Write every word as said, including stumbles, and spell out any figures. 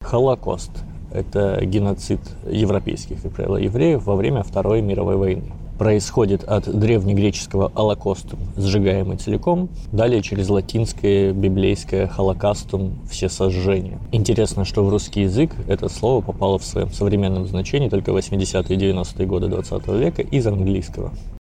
Холокост – это геноцид европейских, как правило, евреев во время Второй мировой войны. Происходит от древнегреческого «холокостум» – сжигаемый целиком, далее через латинское, библейское «холокастум» – всесожжение. Интересно, что в русский язык это слово попало в своем современном значении только в восьмидесятые и девяностые годы двадцатого века из английского.